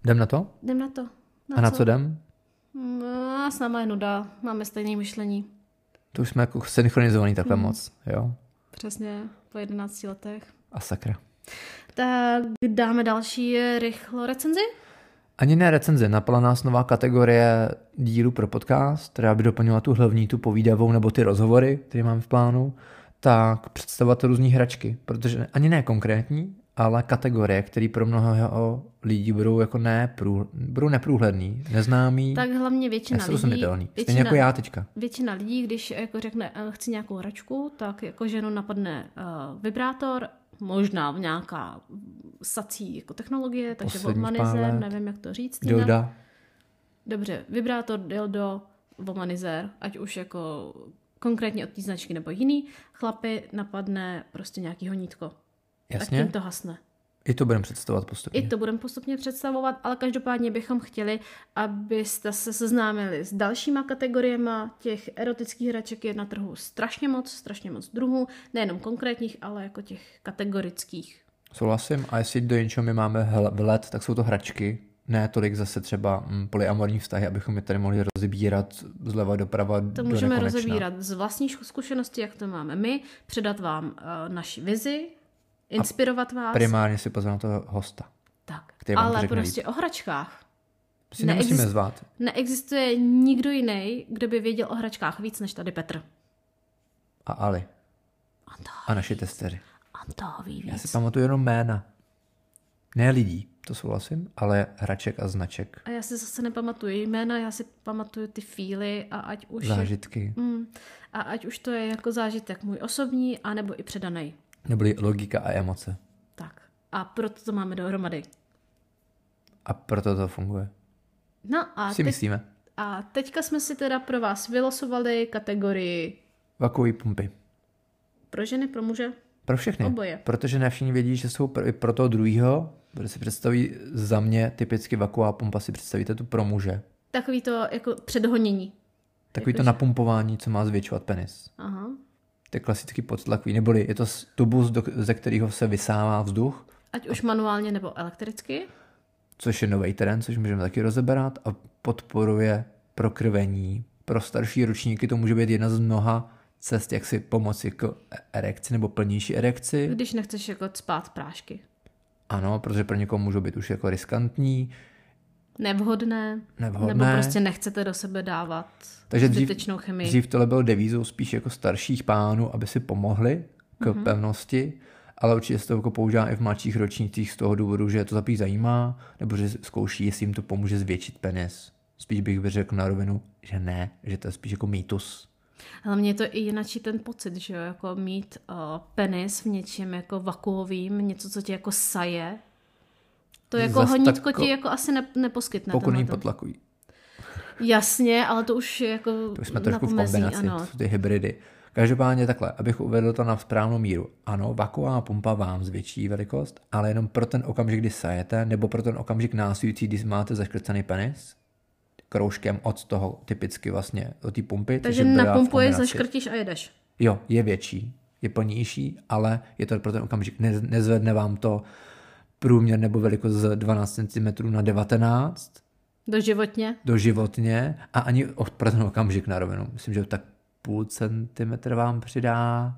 Jdem na to? Jdem na to. A na co jdem? S náma je nuda, máme stejné myšlení. To už jsme jako synchronizovaný takhle moc, jo? Přesně, po 11 letech. A sakra. Tak dáme další rychlo recenzi? Ani ne recenze, napadla nás nová kategorie dílu pro podcast, která by doplnila tu hlavní, tu povídavou, nebo ty rozhovory, které máme v plánu, tak představovat různý hračky, protože ani ne konkrétní, ale kategorie, které pro mnoho lidí budou jako budou neprůhledný, neznámý, tak hlavně většina lidí, stejně jako já teďka. Většina lidí, když jako řekne, chci nějakou hračku, tak jako ženu napadne vibrátor, možná nějaká sací jako technologie, takže womanizer, nevím, jak to říct. Dilda. Dobře, vibrátor, dildo, womanizer, ať už jako konkrétně od té značky nebo jiný, chlapy napadne prostě nějaký honítko. Jasně. Tak tím to hasne. I to budeme představovat postupně. I to budeme postupně představovat, ale každopádně bychom chtěli, abyste se seznámili s dalšíma kategoriema. Těch erotických hraček je na trhu strašně moc druhů, nejenom konkrétních, ale jako těch kategorických. Souhlasím, a jestli do něčeho my máme vhled, tak jsou to hračky, ne tolik zase třeba polyamorní vztahy, abychom je tady mohli rozebírat zleva doprava do nekonečna. To můžeme rozebírat z vlastní zkušenosti, jak to máme my, předat vám naši vizi, inspirovat vás. Primárně si pozvat na toho hosta. Tak, ale prostě líp. O hračkách. Si nemusíme zvát. Neexistuje nikdo jiný, kdo by věděl o hračkách víc než tady Petr. A Ali. A naši testeři. On toho ví víc. Já si pamatuju jenom jména. Ne lidí, to souhlasím, ale hraček a značek. A já si zase nepamatuju jména, já si pamatuju ty feely a ať už... Zážitky. A ať už to je jako zážitek můj osobní, anebo i předanej. Neboli logika a emoce. Tak. A proto to máme dohromady. A proto to funguje. No a myslíme. A teďka jsme si teda pro vás vylosovali kategorii... Vakuový pumpy. Pro ženy, pro muže? Pro všechny. Oboje. Protože ne všichni vědí, že jsou pro toho druhýho, protože si představí za mě typicky vakuová pumpa, si představíte tu pro muže. Takový to jako předhonění. Takový to napumpování, co má zvětšovat penis. Aha. To je klasický podtlakový, neboli je to tubus, ze kterého se vysává vzduch. Ať už manuálně nebo elektricky. Což je nový trend, což můžeme taky rozeberat a podporuje prokrvení. Pro starší ročníky to může být jedna z mnoha cest, jak si pomoci k erekci nebo plnější erekci. Když nechceš jako spát prášky. Ano, protože pro někoho můžou být už jako riskantní. Nevhodné. Nebo prostě nechcete do sebe dávat zbytečnou chemii. Dřív tohle bylo devízou spíš jako starších pánů, aby si pomohli k pevnosti, ale určitě se to jako používá i v mladších ročnících z toho důvodu, že to zapích zajímá, nebo že zkouší, jestli jim to pomůže zvětšit penis. Spíš bych řekl na rovinu, že ne, že to je spíš jako mýtus. Ale mně to i jinačí ten pocit, že jo, jako mít penis v něčem jako vakuovým, něco, co ti jako saje. To jako honítko ti jako asi neposkytne. Pokud není potlakují. Jasně, ale to už je jako to už jsme trošku v kombinaci, to jsou ty hybridy. Každopádně takhle, abych uvedl to na správnou míru. Ano, vakuová pumpa vám zvětší velikost, ale jenom pro ten okamžik, kdy sajete, nebo pro ten okamžik následující, kdy máte zaškrcený penis, kroužkem od toho typicky vlastně od té pumpy. Takže napumpuješ, zaškrtíš a jedeš. Jo, je větší, je plnější, ale je to pro ten okamžik. Nezvedne vám průměr nebo velikost z 12 cm na 19. Doživotně a ani pro ten okamžik na rovinu. Myslím, že tak půl centimetr vám přidá.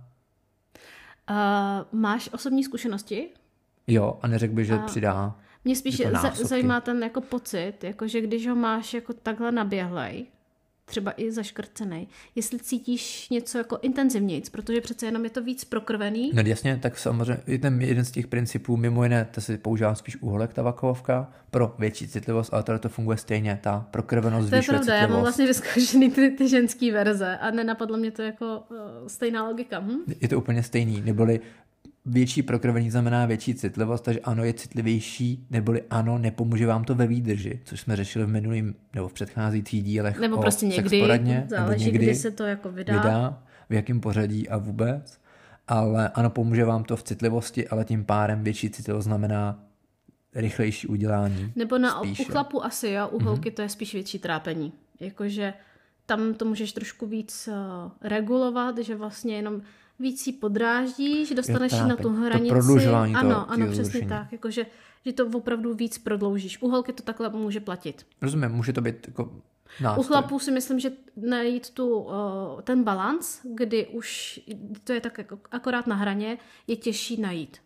Máš osobní zkušenosti? Jo, a neřekl bych, že přidá. Mě spíš zajímá ten jako pocit, jako že když ho máš jako takhle naběhlej, třeba i zaškrcenej, jestli cítíš něco jako intenzivnějc, protože přece jenom je to víc prokrvený. No jasně, tak samozřejmě jeden z těch principů, mimo jiné, to se používá spíš úholek, ta vakuovka, pro větší citlivost, ale tady to funguje stejně, ta prokrvenost zvyšuje citlivost. To je pravda, já mám vlastně vyzkoušený ty ženský verze a nenapadlo mě to jako stejná logika. Je to úplně stejný, neboli větší prokrvení znamená větší citlivost, takže ano, je citlivější, neboli ano, nepomůže vám to ve výdrži, což jsme řešili v minulým nebo v předcházejících dílech. Nebo prostě někdy, záleží, kdy se to jako vydá, v jakém pořadí a vůbec. Ale ano, pomůže vám to v citlivosti, ale tím pádem větší citlivost znamená rychlejší udělání. Nebo u chlapů asi, jo, u holky to je spíš větší trápení. Jakože tam to můžeš trošku víc regulovat, že vlastně jenom víc si podráždíš, dostaneš ji na tu hranici. To prodlužování ano, přesně tak. Jakože že to opravdu víc prodloužíš. U holky to takhle může platit. Rozumím, může to být jako nástroj. U chlapů si myslím, že najít ten balans, kdy už to je tak jako akorát na hraně, je těžší najít.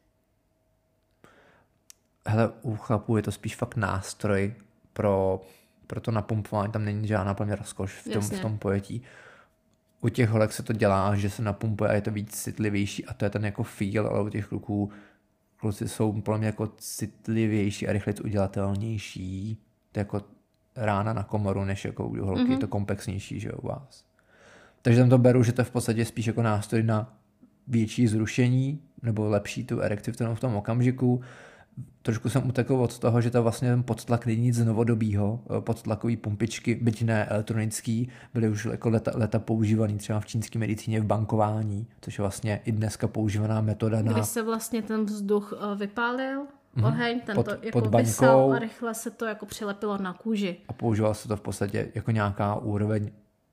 Hele, u chlapů je to spíš fakt nástroj pro to napumpování, tam není žádná plně rozkoš v tom pojetí. U těch holek se to dělá, že se napumpuje a je to víc citlivější a to je ten jako feel, ale u těch kluci jsou podle mě jako citlivější a rychleji udělatelnější. To je jako rána na komoru, než jako u holky, je to komplexnější, že u vás. Takže tam to beru, že to je v podstatě spíš jako nástroj na větší zrušení nebo lepší tu erekci v tom okamžiku. Trošku jsem utekl od toho, že to vlastně ten podtlak není nic novodobýho. Podtlakový pumpičky, byť ne elektronický, byly už jako leta používaný třeba v čínské medicíně v bankování, což je vlastně i dneska používaná metoda Kdy se vlastně ten vzduch vypálil, oheň, ten to jako vysal a rychle se to jako přilepilo na kůži. A používalo se to v podstatě jako nějaká úroveň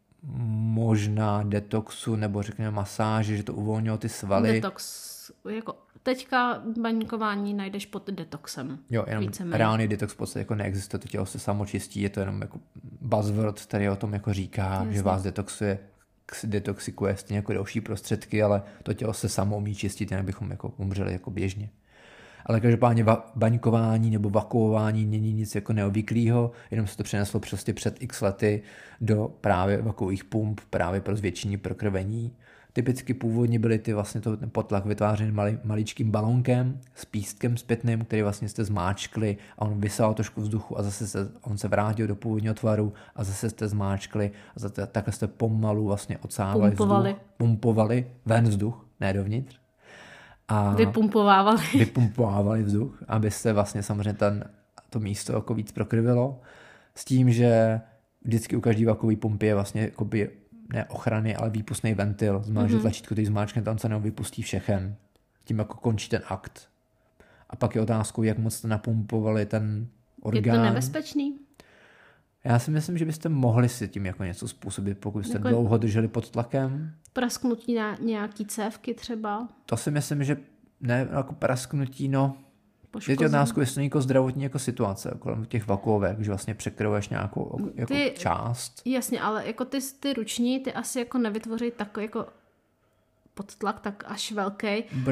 možná detoxu nebo řekněme masáže, že to uvolnilo ty svaly. Detox, jako teďka baňkování najdeš pod detoxem. Jo, jenom reálný detox v podstatě jako neexistuje, to tělo se samo čistí, je to jenom jako buzzword, který o tom jako říká, jasně, že vás detoxikuje stejně jako další prostředky, ale to tělo se samo umí čistit, jinak bychom jako umřeli jako běžně. Ale každopádně baňkování nebo vakuování není nic jako neobvyklého, jenom se to přeneslo prostě před x lety do právě vakuových pump, právě pro zvětšení prokrvení. Typicky původně byly ten podtlak vytvářen maličkým balonkem s pístkem zpětným, který vlastně jste zmáčkli a on vysál trošku vzduchu a zase on se vrátil do původního tvaru a zase jste zmáčkli a takhle jste pomalu vlastně odsávali vzduch. Pumpovali ven vzduch, ne dovnitř. A vypumpovávali vzduch, aby se vlastně samozřejmě to místo jako víc prokrvilo. S tím, že vždycky u každé vakové pumpy je vlastně jakoby ne ochrany, ale výpustný ventil. Znamená, že tlačítko, když zmáčknete, on se vypustí všechen. Tím jako končí ten akt. A pak je otázkou, jak moc to napumpovali ten orgán. Je to nebezpečný? Já si myslím, že byste mohli si tím jako něco způsobit, pokud jste jako dlouho drželi pod tlakem. Prasknutí na nějaký cévky třeba? To si myslím, že ne jako prasknutí, no. Je to otázku, jestli jako zdravotní jako situace kolem těch vakuovek, že vlastně překryješ nějakou jako část. Jasně, ale jako ty ruční, ty asi jako nevytvoří takový jako podtlak tak až velký,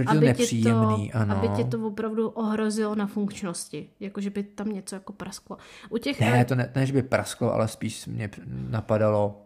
aby tě to opravdu ohrozilo na funkčnosti. Jakože by tam něco jako prasklo. Ne, že by prasklo, ale spíš mě napadalo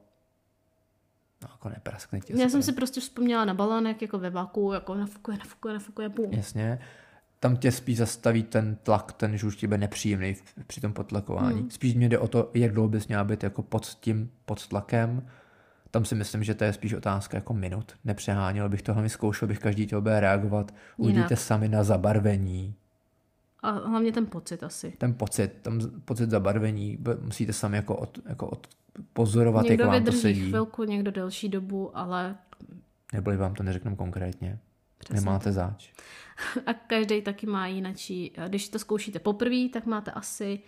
jako neprasknutí. Já jsem si prostě vzpomněla na balonek jako ve vaku, jako nafukuje, bum. Jasně. Tam tě spíš zastaví ten tlak, ten žluč ti bude nepříjemný při tom podtlakování. Spíš mě jde o to, jak dlouho bys měla být jako pod tím podtlakem. Tam si myslím, že to je spíš otázka jako minut. Nepřeháněl bych to, hlavně zkoušel bych každý tělo bude reagovat. Uvidíte sami na zabarvení. A hlavně ten pocit asi. Ten pocit zabarvení, musíte sami jako pozorovat, jak vám to sedí. Někdo vydrží chvilku, někdo delší dobu, ale... Nebo vám to neřeknu konkrétně. Přesně. Nemáte zač. A každý taky má jinačí. Když to zkoušíte poprvé, tak máte asi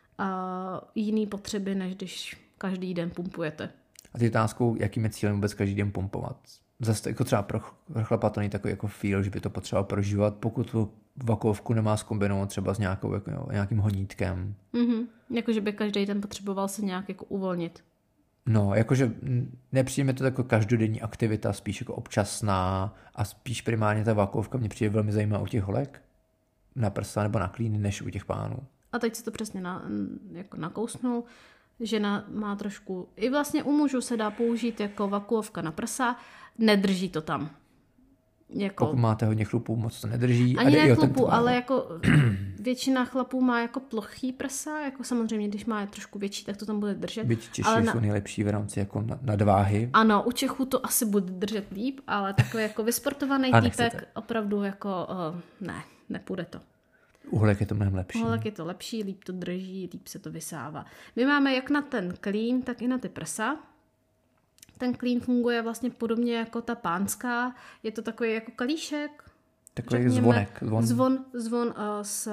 jiný potřeby, než když každý den pumpujete. A ty otázkou, jakým je cílem vůbec každý den pumpovat? Zase jako třeba pro chlapa to není takový jako feel, že by to potřeboval prožívat, pokud tu vakuovku nemá zkombinovat třeba s nějakým honítkem. Jakože by každý den potřeboval se nějak jako uvolnit. No, jakože nepřijde to jako každodenní aktivita, spíš jako občasná a spíš primárně ta vakuovka mě přijde velmi zajímavá u těch holek na prsa nebo na klíny, než u těch pánů. A teď se to přesně jako nakousnul. Žena má trošku, i vlastně u mužů se dá použít jako vakuovka na prsa, nedrží to tam. Jako... Pokud máte hodně chlupů, moc to nedrží. Ani ne chlupů, ale jako většina chlapů má jako plochý prsa, jako samozřejmě, když má trošku větší, tak to tam bude držet. Byť Češi jsou nejlepší v rámci jako nadváhy. Ano, u Čechů to asi bude držet líp, ale takový jako vysportovaný týpek opravdu jako nepůjde to. U holek je to mnohem lepší. U holek je to lepší, líp to drží, líp se to vysává. My máme jak na ten klín, tak i na ty prsa. Ten klín funguje vlastně podobně jako ta pánská. Je to takový jako kalíšek. Takový zvonek. Zvon s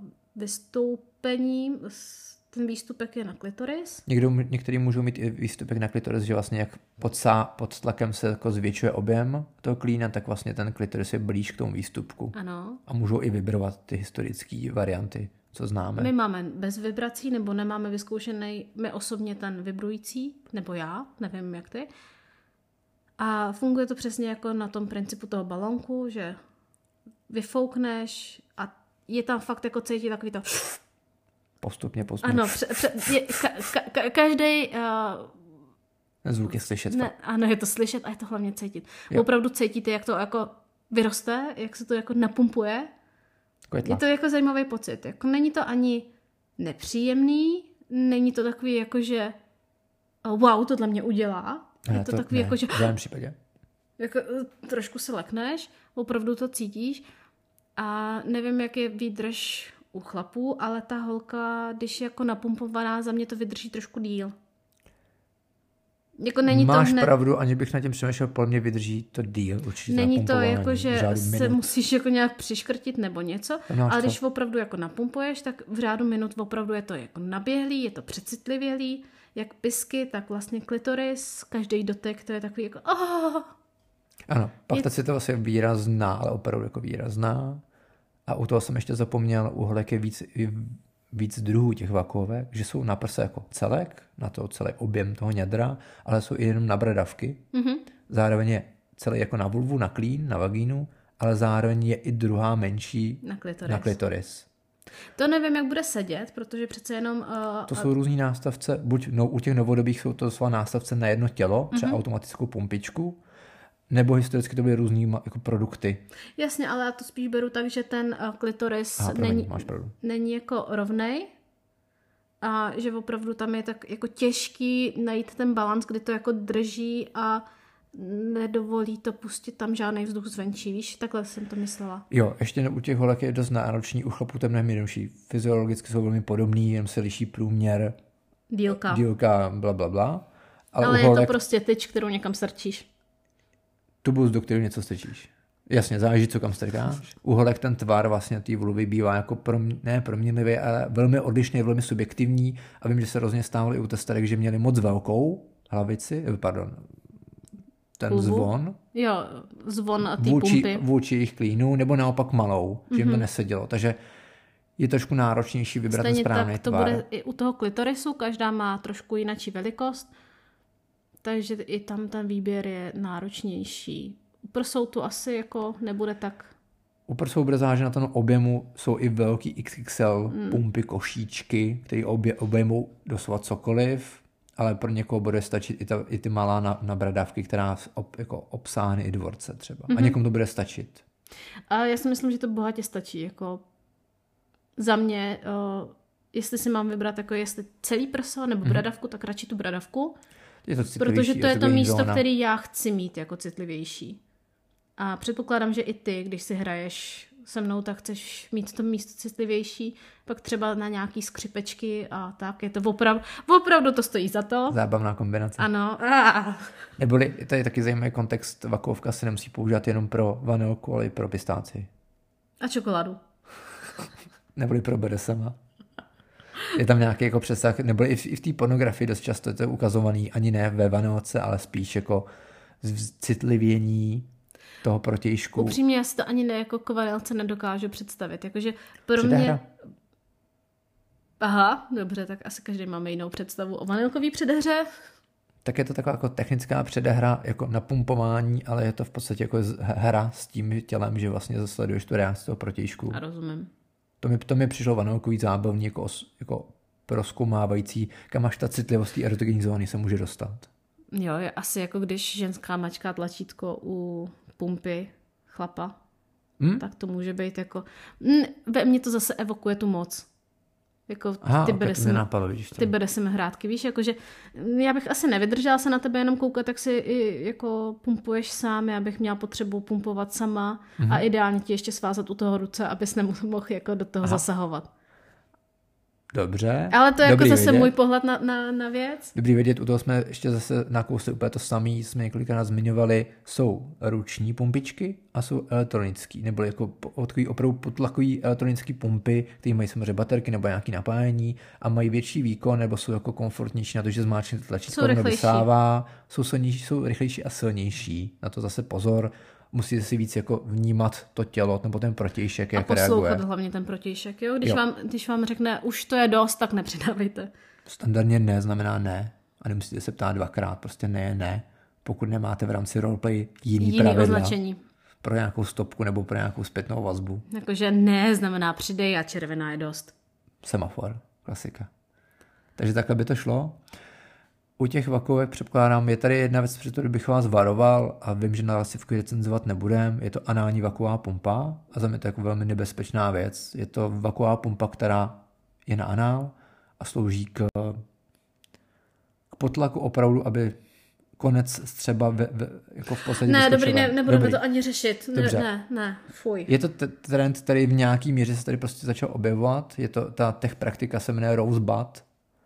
vystoupením. Ten výstupek je na klitoris. Některý můžou mít i výstupek na klitoris, že vlastně jak pod tlakem se jako zvětšuje objem toho klína, tak vlastně ten klitoris je blíž k tomu výstupku. Ano. A můžou i vibrovat ty historické varianty. co známe. My máme bez vibrací, nebo nemáme vyzkoušený, my osobně ten vibrující, nebo já, nevím jak ty. A funguje to přesně jako na tom principu toho balonku, že vyfoukneš a je tam fakt jako cítit takový to... Postupně. Ano, každý... Zvuk je slyšet. Ne, ano, je to slyšet a je to hlavně cítit. Opravdu cítíte, jak to jako vyroste, jak se to jako napumpuje. Je to jako zajímavý pocit. Jako není to ani nepříjemný, není to takový jako, že wow, tohle mě udělá. Je to takový ne, jako, že v žádném případě. Jako, trošku se lekneš, opravdu to cítíš a nevím, jak je výdrž u chlapů, ale ta holka, když je jako napumpovaná, za mě to vydrží trošku díl. Jako není Máš to hned... pravdu, ani bych na tím přemýšlel, podle mě vydrží to díl. Určitě není to jako, že se musíš jako nějak přiškrtit nebo něco, ale když opravdu jako napumpuješ, tak v řádu minut opravdu je to jako naběhlý, je to přecitlivělý, jak pisky, tak vlastně klitoris, každý dotek, to je takový jako Ano, pak ta citovost je výrazná, ale opravdu jako výrazná. A u toho jsem ještě zapomněl, u holek je víc druhů těch vakuovek, že jsou na prse jako celek, na to celý objem toho ňadra, ale jsou i jenom na bradavky. Mm-hmm. Zároveň je celý jako na vulvu, na klín, na vagínu, ale zároveň je i druhá menší na klitoris. To nevím, jak bude sedět, protože přece jenom... To jsou různý nástavce, buď u těch novodobých jsou to svá nástavce na jedno tělo, třeba automatickou pumpičku, nebo historicky to byly různý jako produkty. Jasně, ale já to spíš beru tak, že ten klitoris není jako rovnej a že opravdu tam je tak jako těžký najít ten balans, kdy to jako drží a nedovolí to pustit tam žádný vzduch zvenčí, víš? Takhle jsem to myslela. Jo, ještě u těch holek je dost náročný, u chlapů to je mnohem jednodušší. Fyziologicky jsou velmi podobný, jen se liší průměr, dílka, blablabla. Ale je to prostě tyč, kterou někam strčíš. Tubus, do kterého něco strčíš. Jasně, záleží, co kam strkáš. U holek ten tvar vlastně té vulvy bývá jako ne proměnlivý, ale velmi odlišný, velmi subjektivní. A vím, že se hrozně stávalo i u testarek, že měli moc velkou hlavici, ten zvon. Jo, zvon a ty pumpy. Vůči jejich klínu, nebo naopak malou, že jim to nesedělo. Takže je trošku náročnější vybrat ten správný tak to tvar. Bude i u toho klitorisu, každá má trošku jinačí velikost, takže i tam ten výběr je náročnější. U prsou to asi jako nebude tak... U prsou bude záležet na tom objemu, jsou i velký XXL pumpy, košíčky, které objemou doslova cokoliv, ale pro někoho bude stačit i ty malá na bradavky, která jako obsáhne i dvorce třeba. A někomu to bude stačit. A já si myslím, že to bohatě stačí. Jako za mě, jestli si mám vybrat, jako jestli celý prso nebo bradavku, tak radši tu bradavku. Protože to je to místo, které já chci mít jako citlivější. A předpokládám, že i ty, když si hraješ se mnou, tak chceš mít to místo citlivější, pak třeba na nějaký skřipečky a tak. Je to opravdu to stojí za to. Zábavná kombinace. Ano. Neboli, to je taky zajímavý kontext, vakuovka se nemusí používat jenom pro vanilku, ale i pro pistáci. A čokoládu. Neboli pro BDSM. Je tam nějaký jako přesah, nebo i v té pornografii dost často je to ukazovaný ani ne ve vanilce, ale spíš jako citlivění toho protějšku. Upřímně já si to ani ne jako k vanilce nedokážu představit. Jakože pro mě... Aha, dobře, tak asi každý máme jinou představu o vanilkový předehře. Tak je to taková jako technická předehra, jako napumpování, ale je to v podstatě jako hra s tím tělem, že vlastně zasleduješ tu reakci toho protějšku. A rozumím. To mi přišlo vanilkový zábavní, jako prozkoumávající, kam až ta citlivost té erotogenní zóny se může dostat. Jo, je asi jako když ženská mačká tlačítko u pumpy chlapa, tak to může být jako... Ve mně to zase evokuje tu moc. Jako ty BDSM hrátky, víš, jakože já bych asi nevydržela se na tebe jenom koukat, tak si i jako pumpuješ sám, já bych měla potřebu pumpovat sama a ideálně ti ještě svázat u toho ruce, abys nemohl jako do toho zasahovat. Dobře. Ale to je jako zase můj pohled na věc. Dobrý vědět, u toho jsme ještě zase nakousli úplně to samé, jsme několikrát zmiňovali, jsou ruční pumpičky a jsou elektronický, nebo jako opravdu potlakový elektronický pumpy, které mají samozřejmě baterky nebo nějaké napájení a mají větší výkon, nebo jsou jako komfortnější na to, že zmáčknete tlačítko, nebo vysává, jsou rychlejší a silnější. Na to zase pozor. musíte si víc jako vnímat to tělo nebo ten protějšek, jak reaguje. A poslouchat hlavně ten protějšek, jo? Když vám řekne, už to je dost, tak nepřidávejte. Standardně ne znamená ne. A nemusíte se ptát dvakrát, prostě ne je ne. Pokud nemáte v rámci roleplay jiný pravidla označení. Pro nějakou stopku nebo pro nějakou zpětnou vazbu. Jakože ne znamená přidej a červená je dost. Semafor, klasika. Takže takhle by to šlo. U těch vakuovek předpokládám, je tady jedna věc, před kterou bych vás varoval a vím, že na lasivku recenzovat nebudem. Je to anální vakuová pumpa a za mě to je jako velmi nebezpečná věc. Je to vakuová pumpa, která je na anál a slouží k potlaku opravdu, aby konec třeba jako v podstatě ne, dobrý, nebudeme to ani řešit. Dobře. Ne, fuj. Je to trend, který v nějaký míře se tady prostě začal objevovat. Je to, ta tech praktika se jmenuje Rosebud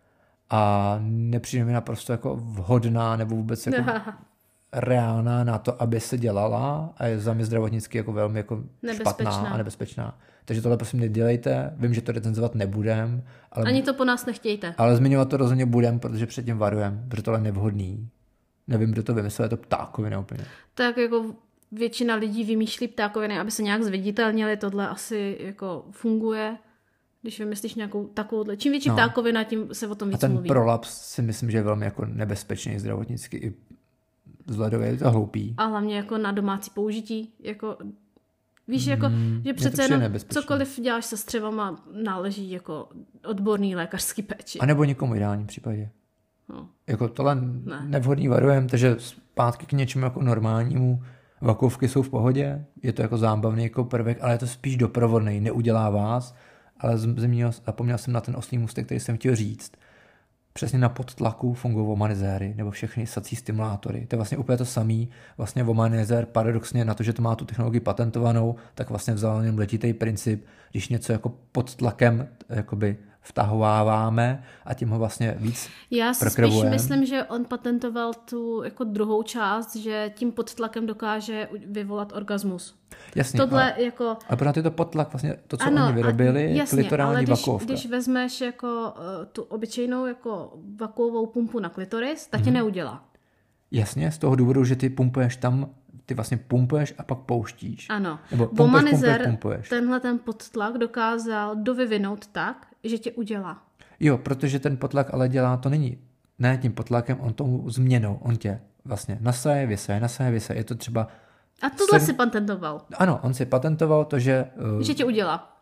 a nepřijde mi naprosto jako vhodná nebo vůbec jako reálná na to, aby se dělala a je za mě zdravotnicky jako velmi jako špatná a nebezpečná. Takže tohle prosím nedělejte. Vím, že to recenzovat nebudem. Ale ani to po nás nechtějte. Ale zmiňovat to rozhodně budem, protože předtím varujem, protože tohle je nevhodný. Nevím, kdo to vymyslel, je to ptákovina úplně. Tak jako většina lidí vymýšlí ptákoviny, aby se nějak zviditelnili, tohle asi jako funguje, když vymyslíš nějakou takovouhle. Čím větší ptákovina, tím se o tom víc mluví. A ten prolaps si myslím, že je velmi jako nebezpečný zdravotnicky i vzhledově, je to hloupý. A hlavně jako na domácí použití, jako víš, jako, že přece jenom cokoliv děláš se střevama, náleží jako odborný lékařský péči. A nebo někomu ideálním případě. No. Jako tohle nevhodný varujem, takže zpátky k něčemu jako normálnímu. Vakuovky jsou v pohodě, je to jako zábavný jako prvek, ale je to spíš doprovodný, neudělá vás, ale zapomněl jsem na ten oslý můstek, který jsem chtěl říct. Přesně na podtlaku fungují womanizéry nebo všechny sací stimulátory. To je vlastně úplně to samý. Vlastně womanizér paradoxně na to, že to má tu technologii patentovanou, tak vlastně vzal jenom letitý princip, když něco jako pod tlakem jakoby vtahováváme a tím ho vlastně víc Já si spíš myslím, že on patentoval tu jako druhou část, že tím podtlakem dokáže vyvolat orgasmus. Jasně, tohle jako... Ale pořád je to podtlak, vlastně to, co oni vyrobili, je klitorální vakuovka. Když vezmeš jako tu obyčejnou jako vakuovou pumpu na klitoris, ta tě neudělá. Jasně, z toho důvodu, že ty pumpuješ tam, ty vlastně pumpuješ a pak pouštíš. Ano. Womanizer tenhle ten podtlak dokázal dovyvinout tak, že tě udělá. Jo, protože ten podtlak ale dělá, to není ne tím podtlakem, on tou změnou, on tě vlastně nasaje, vysaje. Je to třeba... A tohle si patentoval. Ano, on si patentoval to, že... Že tě udělá.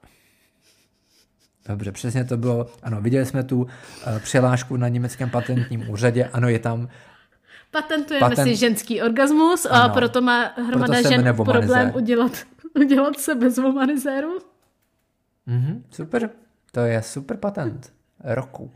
Dobře, přesně to bylo. Ano, viděli jsme tu přihlášku na německém patentním úřadě. Ano, je tam... Patentujeme si ženský orgasmus a proto má hromada žen problém udělat se bez womanizéru. Super. To je super patent roku.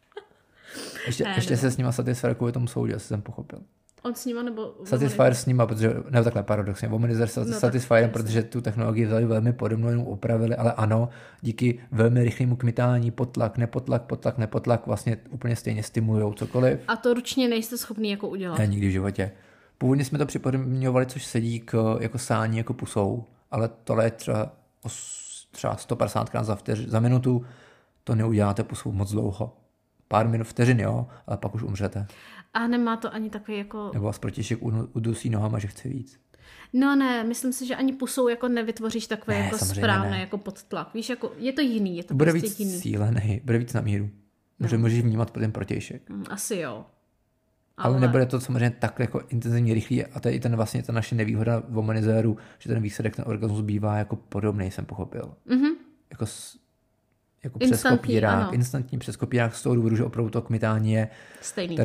Ještě se s nima Satisfyer kvůli tomu soudí, asi jsem pochopil. On s nima nebo... Satisfyer s nima, protože, ne takhle paradoxně, Womanizer Satisfyer, protože tu technologii vzali velmi podobnou, jenom upravili, ale ano, díky velmi rychlému kmitání, potlak, vlastně úplně stejně stimulujou cokoliv. A to ručně nejste schopný jako udělat. Ne, nikdy v životě. Původně jsme to připodobňovali, což sedí jako sání, jako pusou, ale tohle je třeba 150krát za minutu, to neuděláte pusou moc dlouho. Pár minut, vteřin, jo, ale pak už umřete. A nemá to ani takový jako... Nebo vás protějšek udusí nohama, že chce víc. No ne, myslím si, že ani pusou jako nevytvoříš takový jako správný jako podtlak. Víš, jako je to jiný, je to bude prostě víc jiný. Cílený, bude víc na míru. Můžeš vnímat ten protějšek. Asi jo. Ale nebude to samozřejmě tak jako intenzivně rychlý a to je i ten vlastně ta naše nevýhoda v womanizéru, že ten výsledek, ten orgasmus bývá jako podobný, jsem pochopil. Jako přes kopírák, instantní přes kopírák z toho důvodu, že opravdu to kmitání je stejný.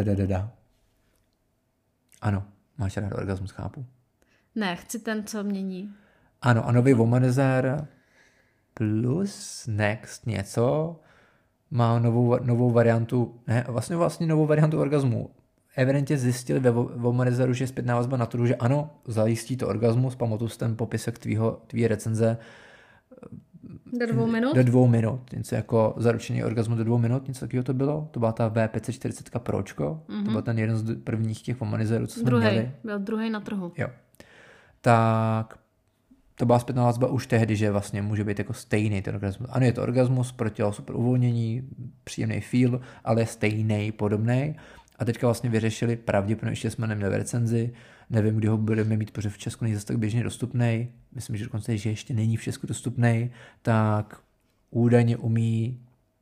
Ano, máš rád orgasmus, chápu. Ne, chci ten, co mění. Ano, a nový womanizer plus next něco má novou variantu, vlastně novou variantu orgasmu. Evidentně zjistili ve womanizeru, že je zpětná vazba na to, že ano, zajistí to orgasmus, pamatuju si ten popisek tvý recenze, do 2 minut? Do 2 minut. Něco jako zaručený orgasmu do 2 minut, něco takového to bylo. To byla ta V540 Pročko. To byl ten jeden z prvních těch womanizerů, co jsme měli. Byl druhý na trhu. Jo. Tak to byla zpětná vazba už tehdy, že vlastně může být jako stejný ten orgasmus. Ano, je to orgasmus, pro tělo super uvolnění, příjemný feel, ale je stejný, podobný. A teďka vlastně vyřešili, pravděpodobně ještě jsme neměli v recenzi, nevím, kdy ho budeme mít, protože v Česku není zase tak běžně dostupný, myslím, že dokonce, že ještě není v Česku dostupný, tak údajně umí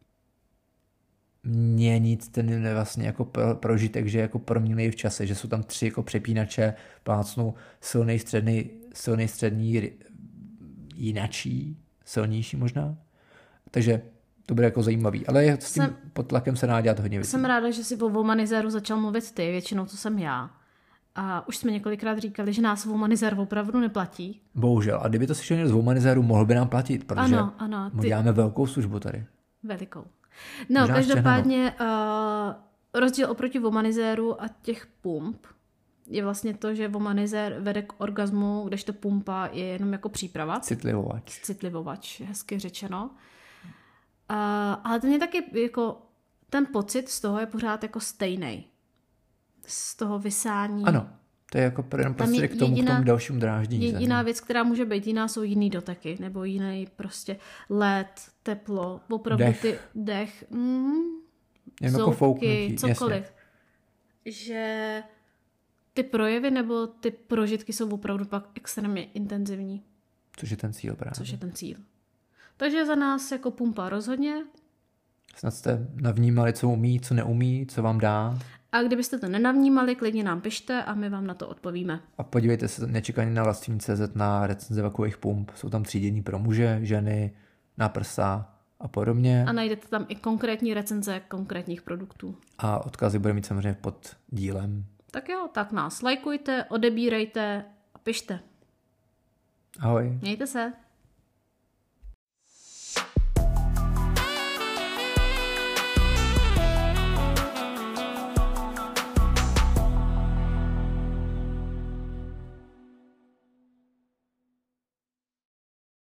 měnit ten vlastně jako prožitek, že jako proměnlivý v čase, že jsou tam 3 jako přepínače, plácnou silný, střední, jinačí, silnější možná. Takže to bude jako zajímavý, ale s tím pod tlakem se dá dělat hodně věcí. Jsem ráda, že si o Womanizeru začal mluvit ty, většinou to jsem já. A už jsme několikrát říkali, že nás Womanizer opravdu neplatí. Bohužel. A kdyby to slyšel někdo z Womanizeru, mohl by nám platit, protože ano, děláme velkou službu tady. Velikou. No, možná každopádně rozdíl oproti Womanizeru a těch pump je vlastně to, že Womanizer vede k orgazmu, kdežto pumpa je jenom jako příprava. Citlivovač, hezky řečeno. Ale ten je taky jako, ten pocit z toho je pořád jako stejnej. Z toho vysání. Ano, to je jako jenom prostě k tomu dalšímu dráždění. Jediná věc, která může být jiná, jsou jiný doteky, nebo jiný prostě led, teplo, opravdu ty dech, jako fouknutí, cokoliv. Jasně. Že ty projevy nebo ty prožitky jsou opravdu pak extrémně intenzivní. Což je ten cíl právě. Což je ten cíl. Takže za nás jako pumpa rozhodně. Snad jste navnímali, co umí, co neumí, co vám dá. A kdybyste to nenavnímali, klidně nám pište a my vám na to odpovíme. A podívejte se nečekaně na vlastní.cz na recenze vakuových pump. Jsou tam třídění pro muže, ženy, na prsa a podobně. A najdete tam i konkrétní recenze konkrétních produktů. A odkazy bude mít samozřejmě pod dílem. Tak jo, tak nás lajkujte, odebírejte a pište. Ahoj. Mějte se.